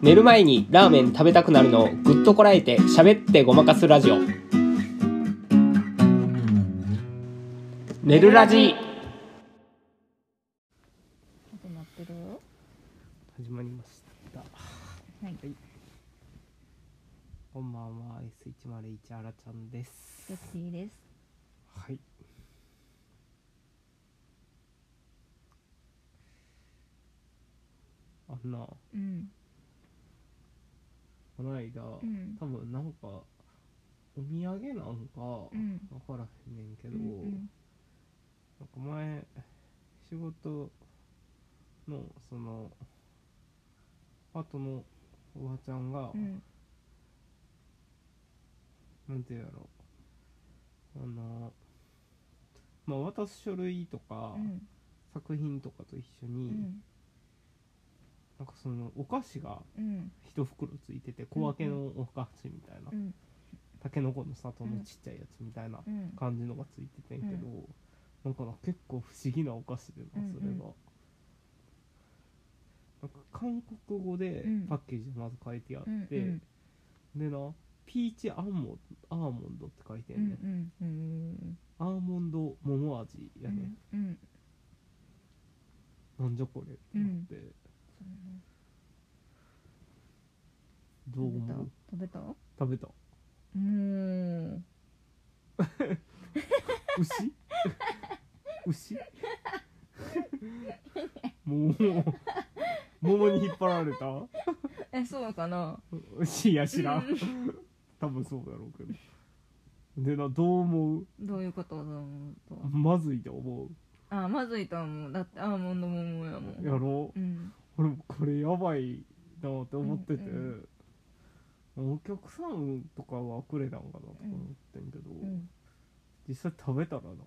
寝る前にラーメン食べたくなるのをぐっとこらえて喋ってごまかすラジオ。寝るラジ。 始まってる？ 始まりました。 はい。 こんばんは、S101 あらちゃんです。 ヨッティです。 はい。あんな、 うん。 この間、多分なんかお土産なんかわからへんねんけど、なんか前仕事のそのパートのおばちゃんが、なんていうやろ、渡す書類とか、作品とかと一緒に、なんかそのお菓子が一袋ついてて、小分けのお菓子みたいな、たけのこの里のちっちゃいやつみたいな感じのがついててんけど、なんか結構不思議なお菓子でな、それが。なんか韓国語でパッケージでまず書いてあって、でな、ピーチアーモンドって書いてんねん。アーモンド桃味やね、なんじゃこれってなって、どう思う？ 食べた牛もう桃に引っ張られたそうかな。 牛や知らん多分そうだろうけど。でな、どう思う？ どういうことだと思うと。 まずいと思う？ まずいと思う。だってアーモンド桃やもん。 やろう、俺もこれやばいなって思ってて、お客さんとかはくれたんかなとか思ってんけど、実際食べたらな、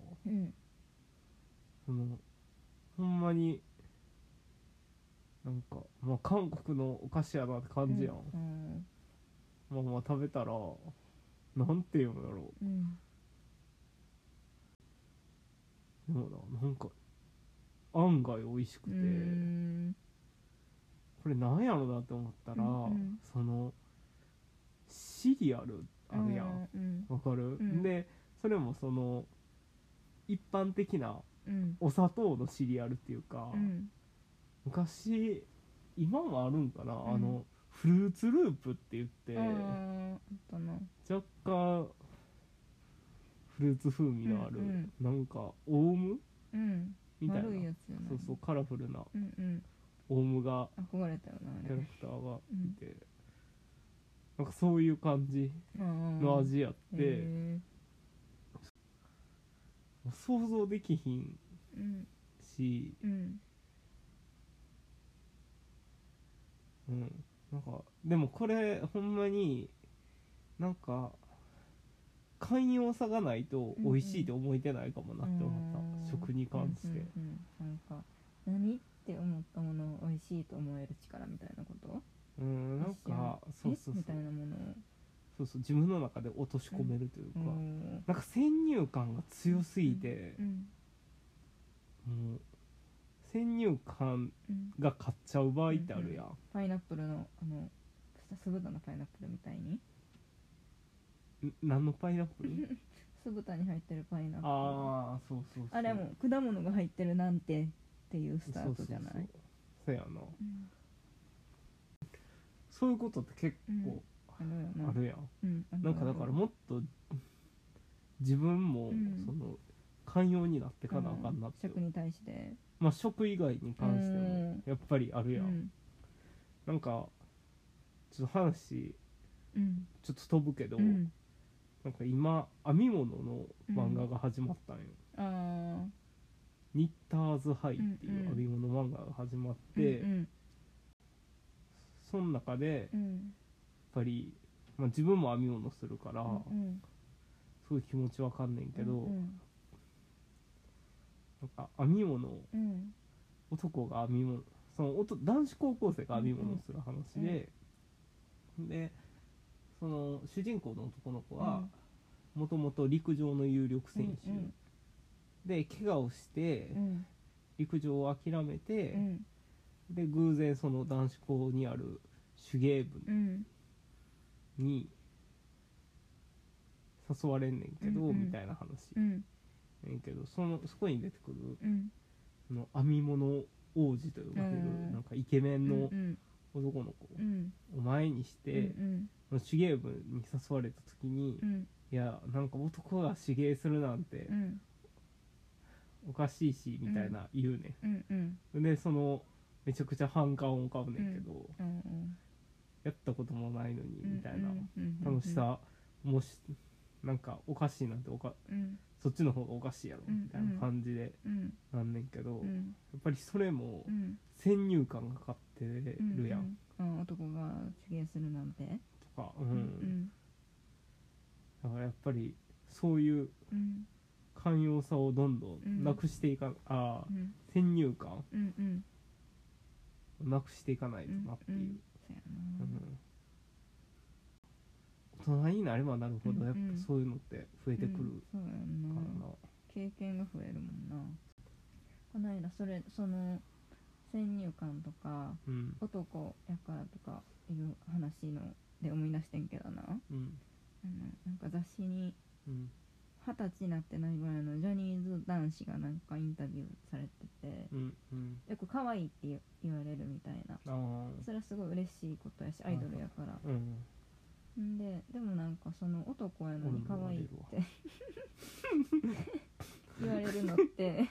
ほんまになんか、韓国のお菓子やなって感じやん。食べたらなんていうのやろう、でもな、なんか案外美味しくて、これなんやろなって思ったら、そのシリアルあるやん、わかる？でそれもその一般的なお砂糖のシリアルっていうか、昔、今もあるんかな、フルーツループって言って、若干フルーツ風味のある、なんかオウム、みたいな、そうカラフルな、オウムが憧れたよな、 キャラクターがいて、なんかそういう感じの味やって、想像できひんし、なんかでもこれほんまになんか寛容さがないと美味しいと思えてないかもなって思った、食に関して。 なんか何って思ったものを美味しいと思える力みたいなこと？ なんかそうみたいなものを自分の中で落とし込めるというか、なんか先入観が強すぎて、もう先入観が勝っちゃう場合ってあるやん。 パイナップルの酢豚のパイナップルみたいに。 何のパイナップル？ 酢豚に入ってるパイナップル。 そうあれも果物が入ってるなんてっていうスタートじゃない？ そうやな、そういうことって結構あるやん。なんかだからもっと自分もその寛容になってかなあかんなって、 食に対して、 食以外に関してもやっぱりあるやん。なんかちょっと話ちょっと飛ぶけど、なんか今編み物の漫画が始まったんよ、ニッターズハイっていう編み物漫画が始まって、その中でやっぱり、自分も編み物するから、すごい気持ちわかんねんけど、なんか編み物、男が編み物、その男子高校生が編み物する話で、でその主人公の男の子はもともと陸上の有力選手、で怪我をして、陸上を諦めて、で偶然その男子校にある手芸部に誘われんねんけど、みたいな話、ねんけど、そこに出てくる、編み物王子と呼ばれる、なんかイケメンの男の子を前にして、手芸部に誘われた時に、いやなんか男が手芸するなんておかしいしみたいな言うねん、でめちゃくちゃ反感を買うねんけど、やったこともないのにみたいな楽しさもしなんかおかしいなんてそっちの方がおかしいやろみたいな感じでなんねんけど、やっぱりそれも先入観がかかってるやん、 男が手芸するなんてとか、だからやっぱりそういう寛容さをどんどんなくしていか、先入観をなくしていかないとなっていう、大人になればなるほどやっぱそういうのって増えてくるからな、 経験が増えるもんな。この間その先入観とか、男やからとかいう話ので思い出してんけどな、なんか雑誌に20歳になってないぐらいのジャニーズ男子がなんかインタビューされてて、よく可愛いって言われるみたいな、それはすごい嬉しいことやしアイドルやから、でもなんかその男やのに可愛いって言われるのって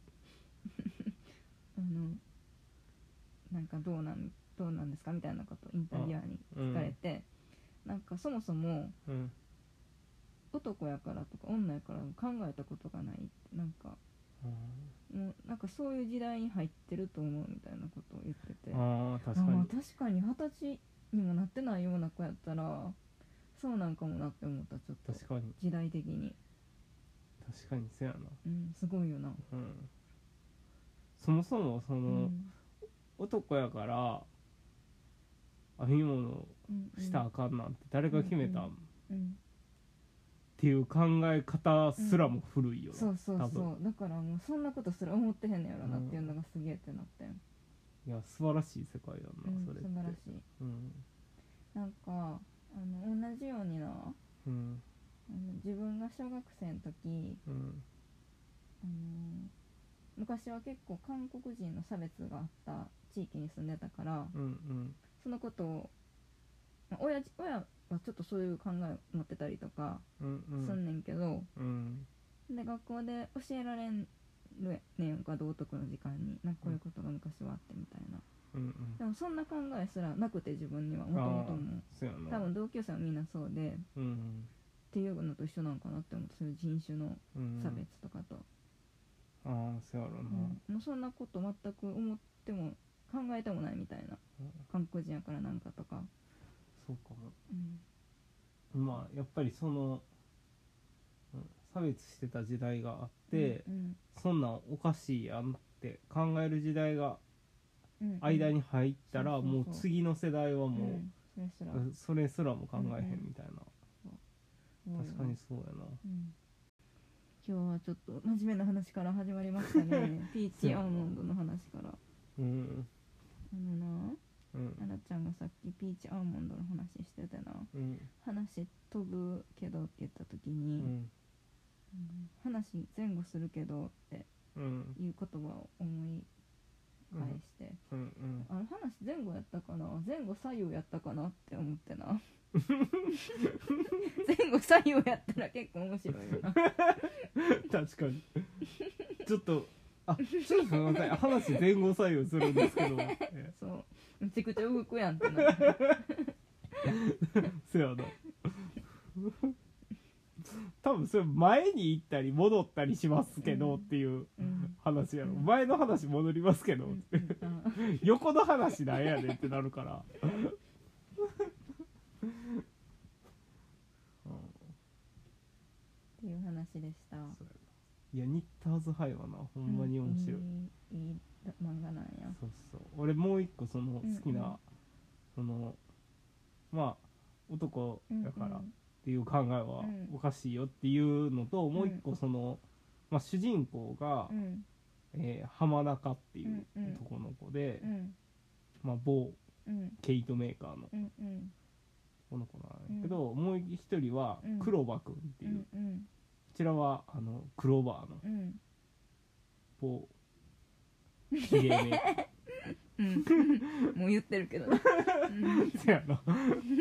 なんかどうなんですかみたいなことをインタビュアーに聞かれて、なんかそもそも男やからとか女やから考えたことがないって、なんかもうなんかそういう時代に入ってると思うみたいなことを言ってて、確かに20歳にもなってないような子やったらそうなんかもなって思った。ちょっと確かに時代的に確かにそうやな、 すごいよな、 そもそも男やから編み物したらあかんなんて誰が決めたん、っていう考え方すらも古いよな、 そうだからもうそんなことすら思ってへんねやろなっていうのがすげえってなってん、 いや素晴らしい世界やんな、それって素晴らしい、なんか同じようにな、自分が小学生の時、昔は結構韓国人の差別があった地域に住んでたから、そのことを、親はちょっとそういう考えを持ってたりとかすんねんけど、で学校で教えられんねんか、道徳の時間になんかこういうことが昔はあってみたいな、でもそんな考えすらなくて自分にはもともとも多分同級生はみんなそうで、っていうのと一緒なのかなって思って、そういう人種の差別とかと、 そうやろな、 もうそんなこと全く思っても考えてもないみたいな、韓国人やからなんかとか、 そうかも、まあやっぱり差別してた時代があって、そんなんおかしいやんって考える時代が間に入ったら、もう次の世代はもうそれすらも考えへんみたいな、確かにそうやな、 今日はちょっと真面目な話から始まりましたねピーチアーモンドの話から、あらちゃんがさっきピーチアーモンドの話しててな、話飛ぶけどって言った時に、話前後するけどっていう言葉を思い返して、話前後やったかな、前後左右やったかなって思ってな前後左右やったら結構面白いよな確かにちょっとすいません、話前後左右するんですけどそうめちゃくちゃ動くやんってなそうやな多分それ前に行ったり戻ったりしますけどっていう話やろ、前の話戻りますけどって横の話なんやねんってなるからっていう話でした。 いやニッターズハイはなほんまに面白い、 いい漫画なんや。 そう俺もう一個好きな、まあ男やからっていう考えはおかしいよっていうのと、もう一個主人公が、浜中っていう男の子で、某毛糸メーカーのこの子なんやけど、もう一人はクロバくんっていう、こちらはクローバーの某ひげメーカーもう言ってるけどそやな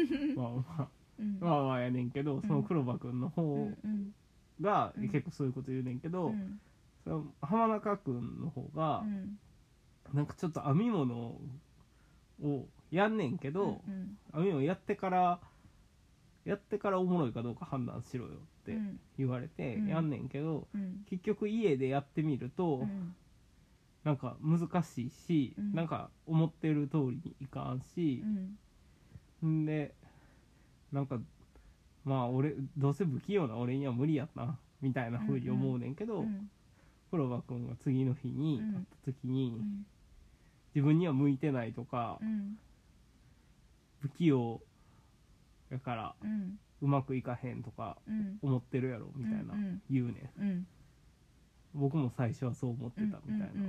まあやねんけど、そのクロバくんの方が結構そういうこと言うねんけど、その浜中くんの方がなんかちょっと編み物をやんねんけど、編み物やってからおもろいかどうか判断しろよって言われてやんねんけど、結局家でやってみるとなんか難しいし、なんか思ってる通りにいかんし、んでなんかまあ俺どうせ不器用な俺には無理やなみたいな風に思うねんけど、黒羽くんが次の日に会った時に、自分には向いてないとか、不器用やからうまくいかへんとか思ってるやろみたいな言うねん。僕も最初はそう思ってたみたいな、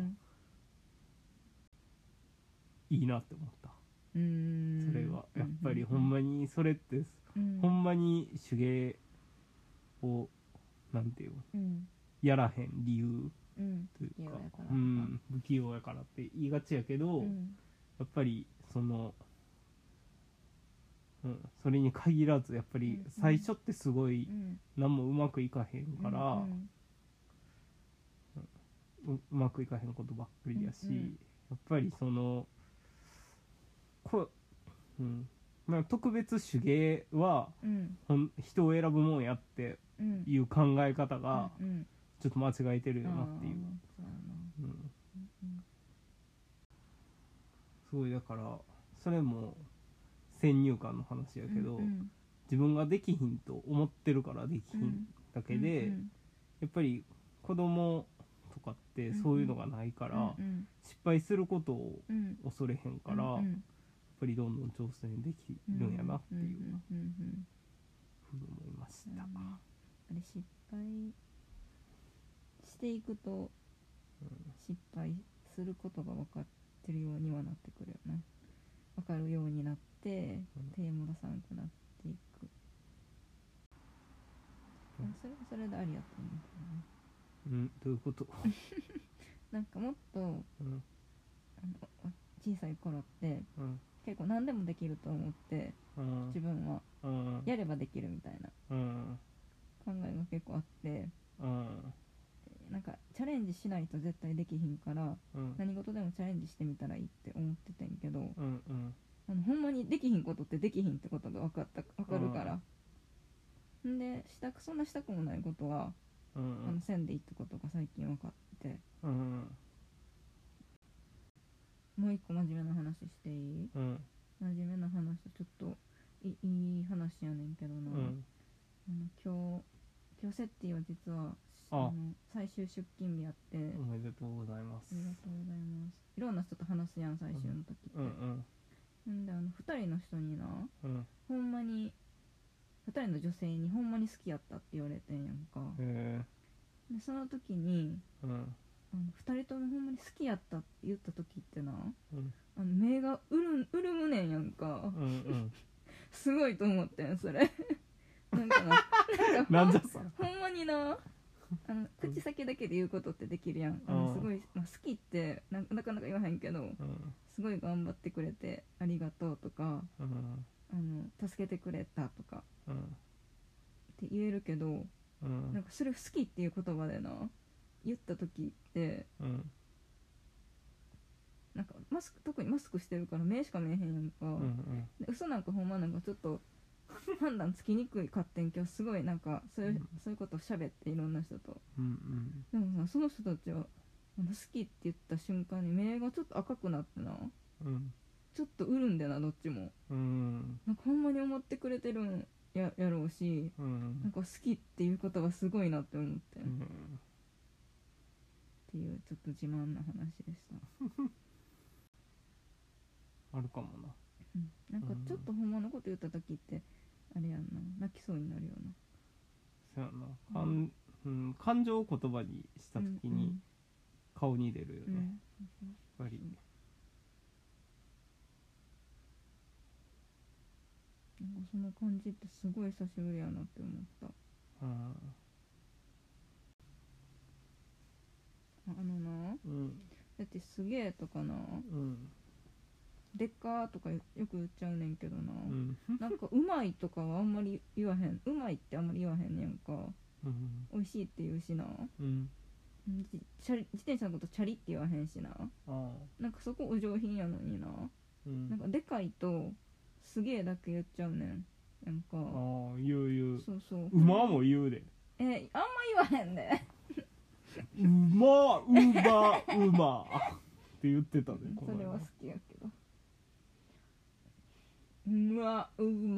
いいなって思った。それはやっぱりほんまにそれって、ほんまに手芸をなんていう、やらへん理由というか、不器用やからって言いがちやけど、やっぱりその、それに限らずやっぱり最初ってすごい何もうまくいかへんから、うまくいかへんことばっかりやし、やっぱりそのまあ、特別手芸は、人を選ぶもんやっていう考え方がちょっと間違えてるよなっていう、すごいだからそれも先入観の話やけど、自分ができひんと思ってるからできひんだけで、やっぱり子供とかってそういうのがないから、失敗することを恐れへんから、やっぱりどんどん挑戦できるんやなっていうふうに思いました。 あれ失敗していくと失敗することが分かってるようにはなってくるよね。分かるようになって手戻さなくなっていく、それはそれでありやと思うけどね。 どういうことなんかもっと、小さい頃って、結構何でもできると思って、自分は、やればできるみたいな、考えが結構あって、なんかチャレンジしないと絶対できひんから、何事でもチャレンジしてみたらいいって思ってたんやけど、ほんまにできひんことってできひんってことが分かるから、んでそんなしたくもないことは、せんでいいってことが最近分かって、もう一個真面目な話していい？真面目な話とちょっといい話やねんけどな、今日セッティは実は最終出勤日やって。 おめでとうございます。 ありがとうございます。いろんな人と話すやん最終の時って、んで2人の人にな、ほんまに2人の女性にほんまに好きやったって言われてんやんか。でその時に、2人ともほんまに好きやったって言った時ってな、目がうるむねんやんか、すごいと思ってんそれなんかなんじゃそほんまにな、口先だけで言うことってできるやん。すごい、好きってなかなか言わへんけど、すごい頑張ってくれてありがとうとか、助けてくれたとか、って言えるけど、なんかそれ好きっていう言葉でな言った時って、なんか特にマスクしてるから目しか見えへんやんか、で嘘なんかほんまなんかちょっと判断つきにくいかってん。今日すごいなんかそういうことを喋っていろんな人と、でもさその人たちは好きって言った瞬間に目がちょっと赤くなってな、ちょっとうるんでなどっちも、なんかほんまに思ってくれてるんやろうし、なんか好きっていうことがすごいなって思って、っていうちょっと自慢な話でしたあるかもな、 なんかちょっとほんまのこと言った時ってあれやんな、泣きそうになるよな。 そうやな、感情を言葉にした時に顔に出るよね、やっぱり。 その感じってすごい久しぶりやなって思った。な、だってすげえとかな、でっかーとかよく言っちゃうねんけどな、なんかうまいとかはあんまり言わへん、うまいってあんまり言わへんねんか、美味しいって言うしな、自転車のことチャリって言わへんしな、なんかそこお上品やのにな、なんかでかいとすげえだけ言っちゃうねんやんか。 言う。 そうそう、 馬も言うで。 あんま言わへんで馬って言ってたね。 それは好きやけど。うま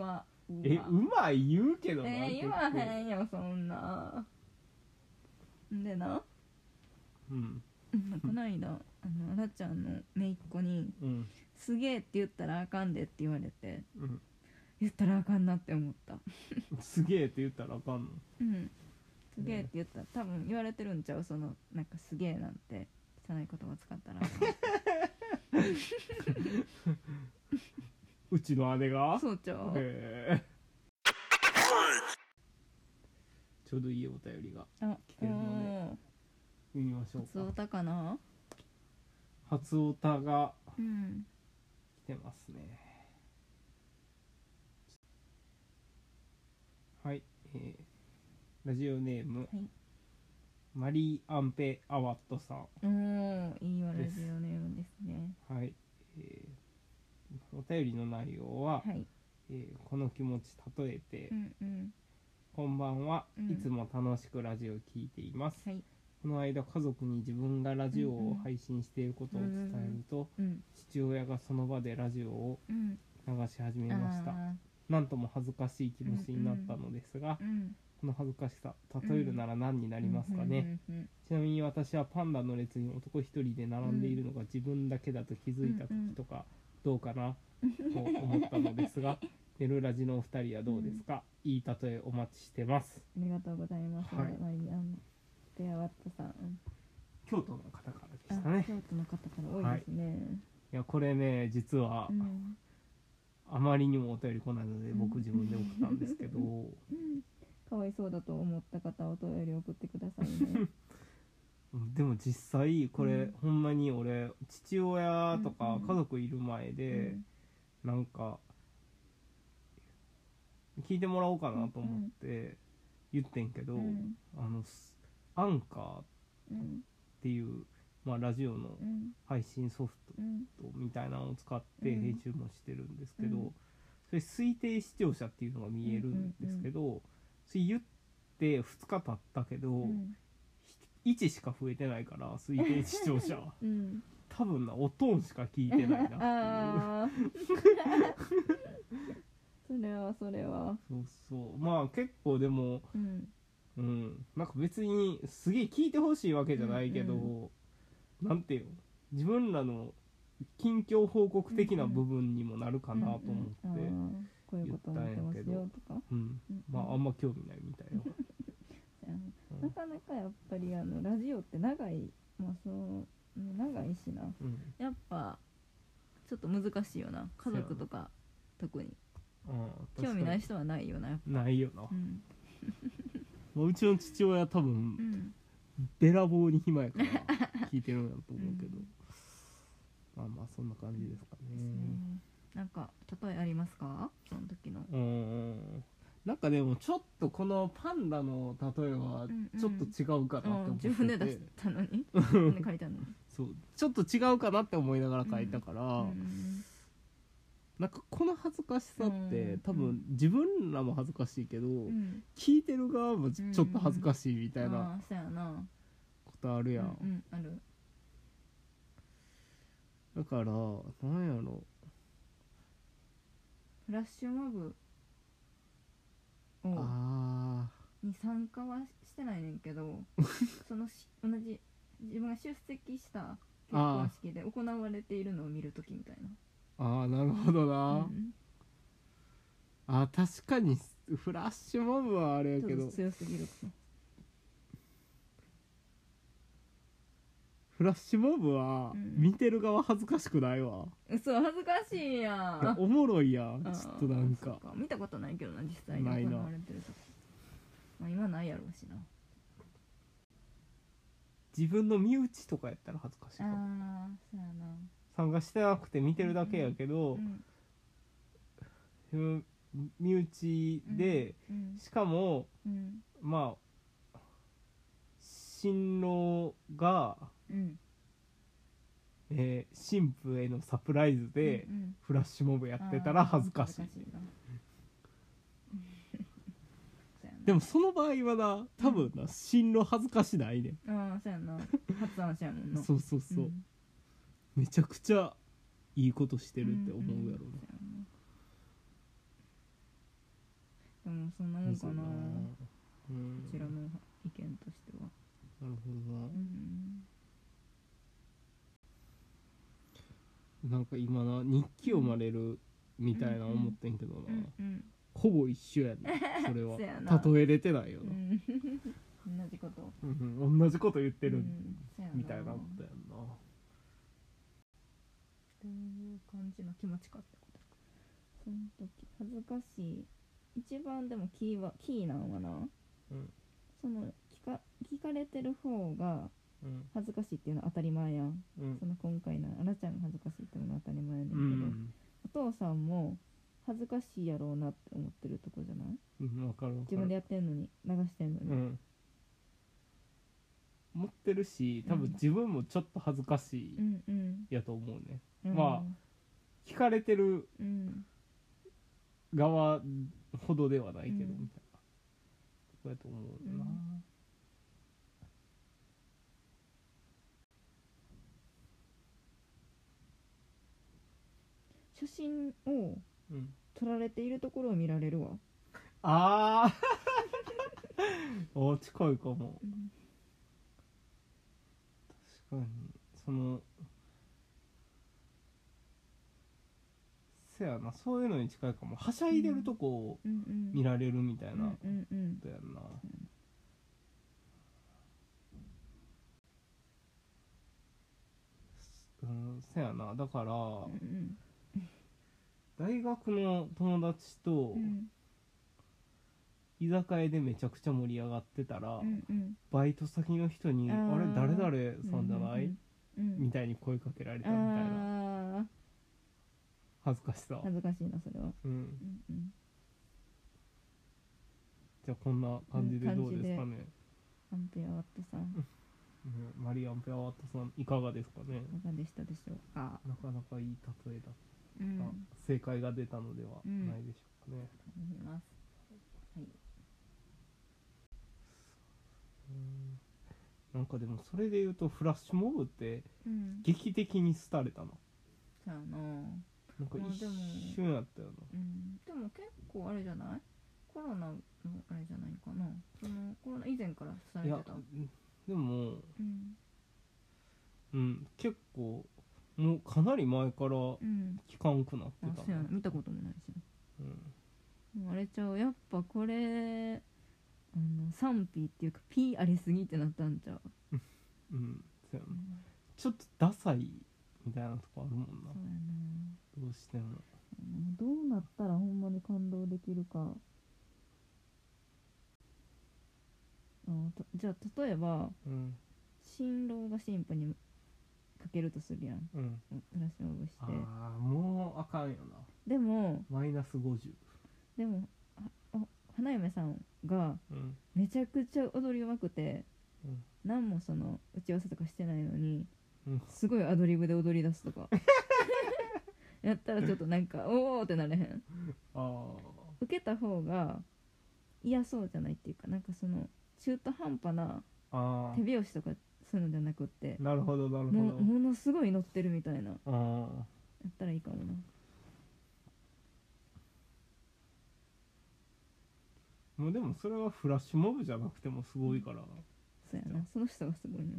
言うけどな。 言わへんよそんな。でな、この間あらちゃんの姪っ子に、すげえって言ったらあかんでって言われて、言ったらあかんなって思った。 すげえって言ったらあかんの？ すげえって言ったら多分言われてるんちゃう、そのなんかすげえなんて汚い言葉使ったらうちの姉が？ そうちゃう。 ちょうどいいお便りが来てるので見ましょうか。 初オタかな？ 初オタが来てますね。はい、ラジオネーム、マリー・アンペ・アワットさん。 いいわ、ラジオネームですね。 はい、お便りの内容は、この気持ち例えて、こんばんは、いつも楽しくラジオを聞いています。この間家族に自分がラジオを配信していることを伝えると、父親がその場でラジオを流し始めました。なんとも恥ずかしい気持ちになったのですが、この恥ずかしさ、例えるなら何になりますかね。ちなみに私はパンダの列に男一人で並んでいるのが自分だけだと気づいた時とかどうかなと思ったのですが、ネルラジのお二人はどうですか。いい例えお待ちしてます。 ありがとうございます。マリアンペアワットさん、 京都の方からでしたね。 京都の方から多いですね。 いやこれね、実は、あまりにもお便り来ないので僕自分で送ったんですけど、 かわいそうだと思った方はお便り送ってくださいね。 でも実際これ、ほんまに俺父親とか家族いる前で、なんか聞いてもらおうかなと思って言ってんけど、アンカーっていう、ラジオの配信ソフトみたいなのを使って編集もしてるんですけど、それ推定視聴者っていうのが見えるんですけど、それ言って2日経ったけど、1しか増えてないから推定視聴者、多分なおとんしか聞いてないなっていうそれはそう結構でもなんか別にすげえ聞いてほしいわけじゃないけど、なんていうの、自分らの近況報告的な部分にもなるかなと思って言ったんやけど、あんま興味ないみたいよ。 なかなかやっぱりラジオって長い長いしな、やっぱちょっと難しいよな、家族とか特に興味ない人はないよな、やっぱないよな。うちの父親多分、べらぼうに暇やから聞いてるんやと思うけど、そんな感じですかね。 なんか例えありますか、その時の。 なんかでもちょっとこのパンダの例えはちょっと違うかなって思ってて、 自分で出したのに書いたのにそうちょっと違うかなって思いながら書いたから、なんかこの恥ずかしさって多分自分らも恥ずかしいけど、聞いてる側もちょっと恥ずかしいみたいなことあるやん。 ある。 だからなんやろ、 フラッシュモブに参加はしてないねんけどその同じ自分が出席した結婚式で行われているのを見るときみたいな。 なるほどな。確かにフラッシュモブはあれやけど、 強すぎる。 フフラッシュモブは見てる側恥ずかしくないわ。 嘘、恥ずかしいやん。 おもろいやん。ちょっとなんか見たことないけどな、実際にないな。 行われてるとこ。まあ今ないやろうしな。 自分の身内とかやったら恥ずかしいかも。 ああ、そうやな。 参加してなくて見てるだけやけど、身内で、しかも、まあ新郎が、新婦へのサプライズでフラッシュモブやってたら恥ずかしい。でもその場合はな、多分な、新郎恥ずかしないね。 ああ、そうやな。発案者やもんな。 そうそうそう、めちゃくちゃいいことしてるって思うやろうね。 でもそんなもんかな、こちらの意見としては。 なるほどな。なんか今な、日記読まれるみたいな思ってんけどな、ほぼ一緒やね。それは例えれてないよな。 同じこと、 同じこと言ってるみたいなことやんな。 どういう感じの気持ちかってこと。その時恥ずかしい一番でもキーなんはな、その聞かれてる方が恥ずかしいっていうのは当たり前やん、その今回のあらちゃんが恥ずかしいっていうのは当たり前やねんけど、お父さんも恥ずかしいやろうなって思ってるとこじゃない？ わかる。 自分でやってんのに、流してんのに、 持ってるし、多分自分もちょっと恥ずかしいやと思うね。まあ聞かれてる側ほどではないけど、みたいなそうやと思うな。 写真を撮られているところを見られるわ。 あお近いかも、確かに。そのせやな、そういうのに近いかも。はしゃいでるとこを見られるみたいなことやんな。せやな、だから、大学の友達と居酒屋でめちゃくちゃ盛り上がってたら、バイト先の人に「あれ誰々さんじゃない？」みたいに声かけられたみたいな恥ずかしさ。 恥ずかしいな、それは。 じゃあこんな感じでどうですかね。 アンペアワットさん、 マリアンペアワットさん、いかがですかね。 いかがでしたでしょうか。 なかなかいい例えだった、正解が出たのではないでしょうかね。 思います。はい。 なんかでもそれで言うとフラッシュモブって劇的に廃れたな。 そうやな。 なんか一瞬やったよな。 でも結構あれじゃない？コロナのあれじゃないかな。そのコロナ以前からされてた。 でも、結構もうかなり前から聞かんくなってた。 そうやな、見たこともないしな。あれちゃう、やっぱこれ賛否っていうか P ありすぎってなったんちゃう。 そうやな、ちょっとダサいみたいなとこあるもんな。 そうやな、 どうしても。 どうなったらほんまに感動できるか。じゃあ例えば、新郎が新婦にかけるとするやん、フラッシュモブして。 もうあかんよな。 でもマイナス50。 でも花嫁さんがめちゃくちゃ踊りうまくて、何もその打ち合わせとかしてないのに、すごいアドリブで踊り出すとかやったらちょっとなんかおおってなれへん？受けた方が嫌そうじゃないっていうか、なんかその中途半端な手拍子とかそういうのじゃなくって、 なるほどなるほど、 ものすごい乗ってるみたいな、やったらいいかもな。 もうでもそれはフラッシュモブじゃなくてもすごいからな。 そうやな、その人がすごいね。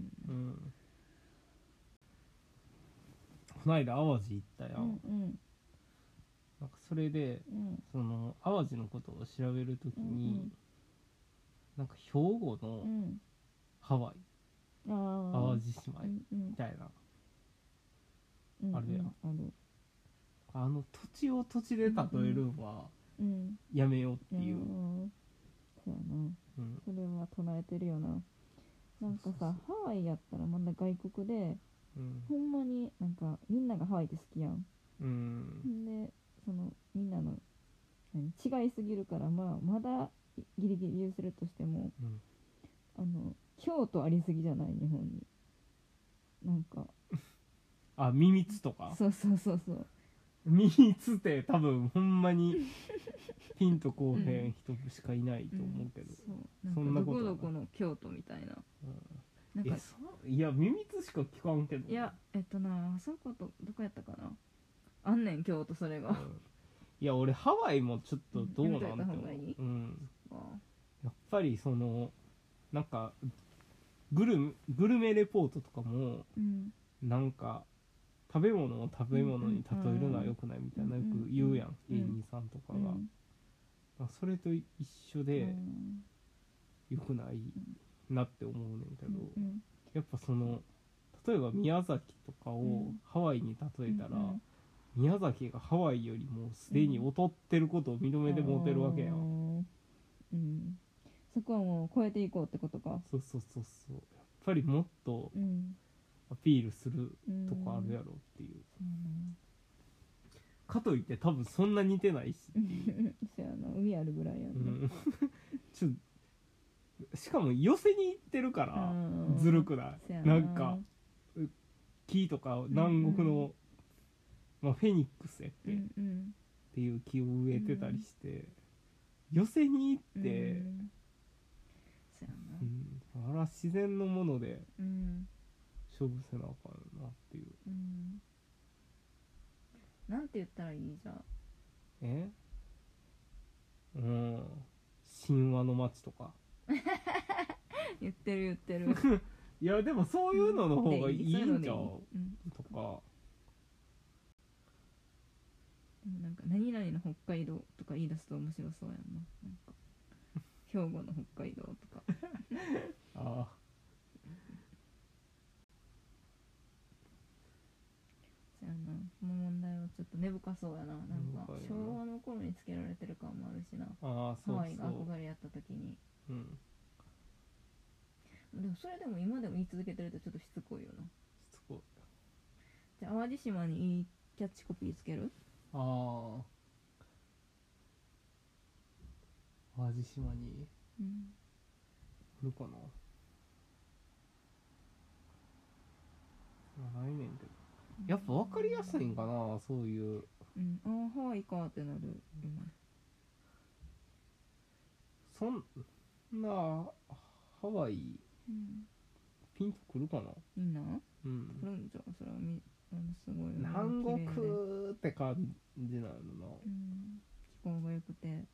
こないだ淡路行ったやん。なんかそれで、その淡路のことを調べるときに、なんか兵庫のハワイ淡路島みたいな、あるやん、あの土地を土地で例えるのはやめようっていう、 そうやな、それは唱えてるよな。なんかさ、ハワイやったらまだ外国で、ほんまになんかみんながハワイって好きやん、でそのみんなの違いすぎるから、まだギリギリ許せるとしても、京都ありすぎじゃない、日本に。なんかミミツとか、 そうミミツって多分ほんまにピンとこうへん人しかいないと思うけど、 そんなことどこどこの京都みたいな、 なんかいやミミツしか聞かんけど、 いやそことどこやったかな、あんねん京都それが、 いや俺ハワイもちょっとどうなんて思う、やっぱりそのなんかグルメレポートとかも、なんか食べ物を食べ物に例えるのはよくないみたいなよく言うやん、芸人さんとかが、それと一緒でよくないなって思うねんけど、やっぱその例えば宮崎とかをハワイに例えたら、宮崎がハワイよりもすでに劣ってることを認めてもうてるわけやん、 そこはもう超えていこうってことか。 そうやっぱりもっとアピールするとこあるやろっていう、かといって多分そんな似てないしっていうそうやな、海あるぐらいやんな、 しかも寄せに行ってるからずるくない？なんか木とか南国の、フェニックスやっけ、っていう木を植えてたりして、寄せに行って、あら自然のもので勝負せなあかんなっていう、 なんて言ったらいいじゃん、神話の街とか言ってるいやでもそういうのの方がいいんちゃう、とか、 なんか何々の北海道とか言い出すと面白そうやんな、なんか兵庫の北海道とかああそうやな、この問題はちょっと根深そうやな、なんか昭和の頃につけられてる感もあるしな、ハワイが憧れやった時に、でもそれでも今でも言い続けてるとちょっとしつこいよな。 しつこい。 じゃあ淡路島にいいキャッチコピーつける？ 淡路島にあるかな、ないねんけど、やっぱ分かりやすいんかな、そういう、 ハワイかってなる、 そんなハワイ、ピンとくるかな、 みんな、来るんじゃん、それはすごい南国って感じなのな、 気候が良くて、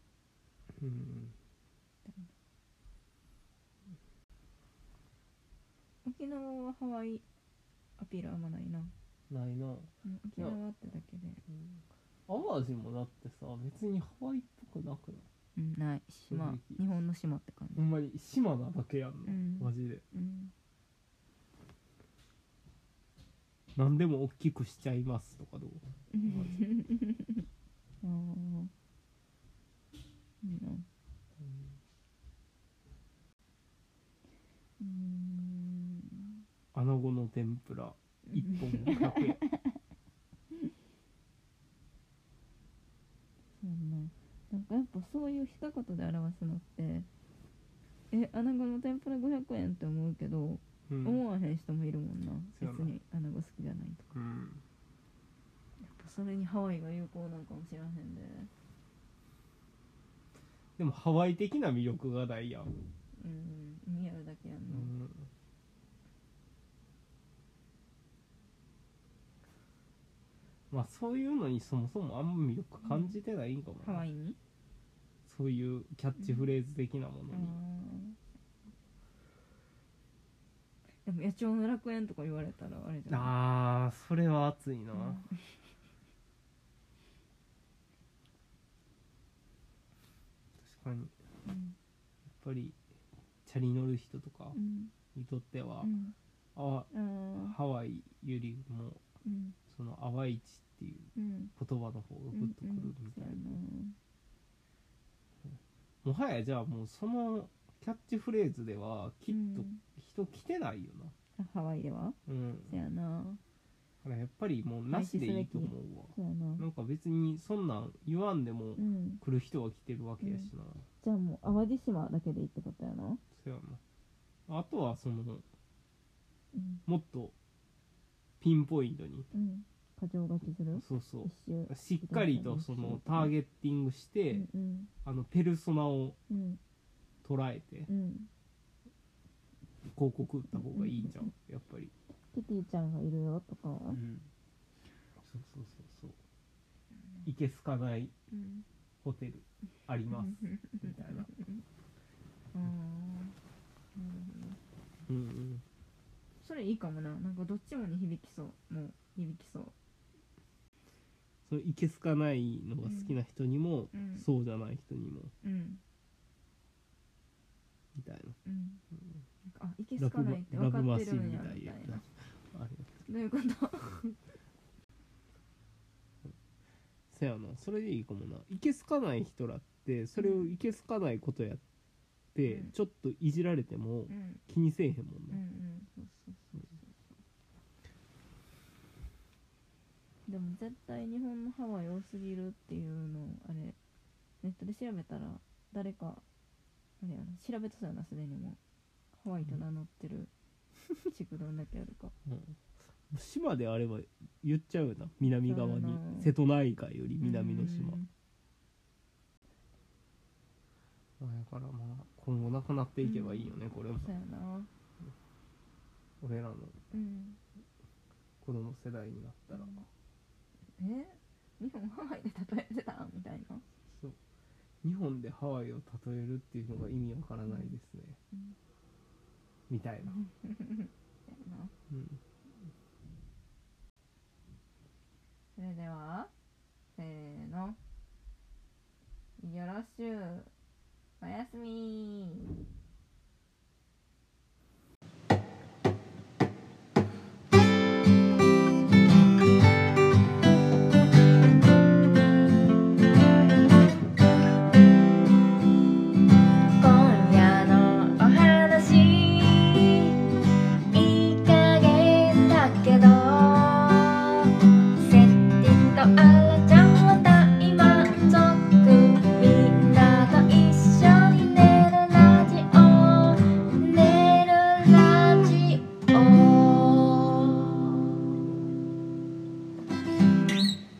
沖縄はハワイアピールあんまないな。 ないな、 沖縄ってだけで、 淡路もだってさ別にハワイっぽくなくない？ ない、島、日本の島って感じ、 ほんまに島なだけやんの、マジで、何でも大きくしちゃいますとかどう？穴子の天ぷら1本500円なんかやっぱそういう一言で表すのって穴子の天ぷら500円って思うけど、思わへん人もいるもんな、別に穴子好きじゃないとか、やっぱそれにハワイが有効なんかもしれへんで。 でもハワイ的な魅力がないやん、 見えるだけやんな、 そういうのにそもそもあんま魅力感じてないんかもな、 ハワイにそういうキャッチフレーズ的なものに、 でも野鳥の楽園とか言われたらあれじゃない？ それは熱いな、確かに、やっぱりちチャリ乗る人とかにとっては、ハワイよりも、その淡い地っていう言葉の方がグッとくるみたいな、もはやじゃあもうそのキャッチフレーズではきっと人来てないよな、 ハワイでは。そやな。 だからやっぱりもうなしでいいと思うわ。なんか別にそんなん言わんでも来る人は来てるわけやしな、 じゃあもう淡路島だけでいいってことやな。 そやな。あとはその、もっとピンポイントに、 箇条書きする。 そうそう、しっかりとそのターゲッティングして、ペルソナを捉えて、広告打った方がいいんじゃん、やっぱり。 キティちゃんがいるよとか、 そうそう、いけすかないホテルありますみたいな。 それいいかもな。なんかどっちもに響きそう。もう響きそう。 そのいけすかないのが好きな人にも、そうじゃない人にも、みたいな。 いけすかないって分かってるんやみたいな。どういうことせやな、それでいいかもな。いけすかない人らってそれをいけすかないことやって、ちょっといじられても気にせえへんもんな。 でも絶対日本のハワイ多すぎるっていうのあれネットで調べたら誰かあれやな、調べたそうやな。すでにもうハワイと名乗ってる地区どんだけあるか、 島であれば言っちゃうよな、南側に。瀬戸内海より南の島。だからまあ今後なくなっていけばいいよね、これも。 そうやな。 俺らの子供世代になったら、 日本ハワイで例えてたみたいな。 そう、日本でハワイを例えるっていうのが意味わからないですね、みたいな。 それではせーの、よろしゅう、おやすみ。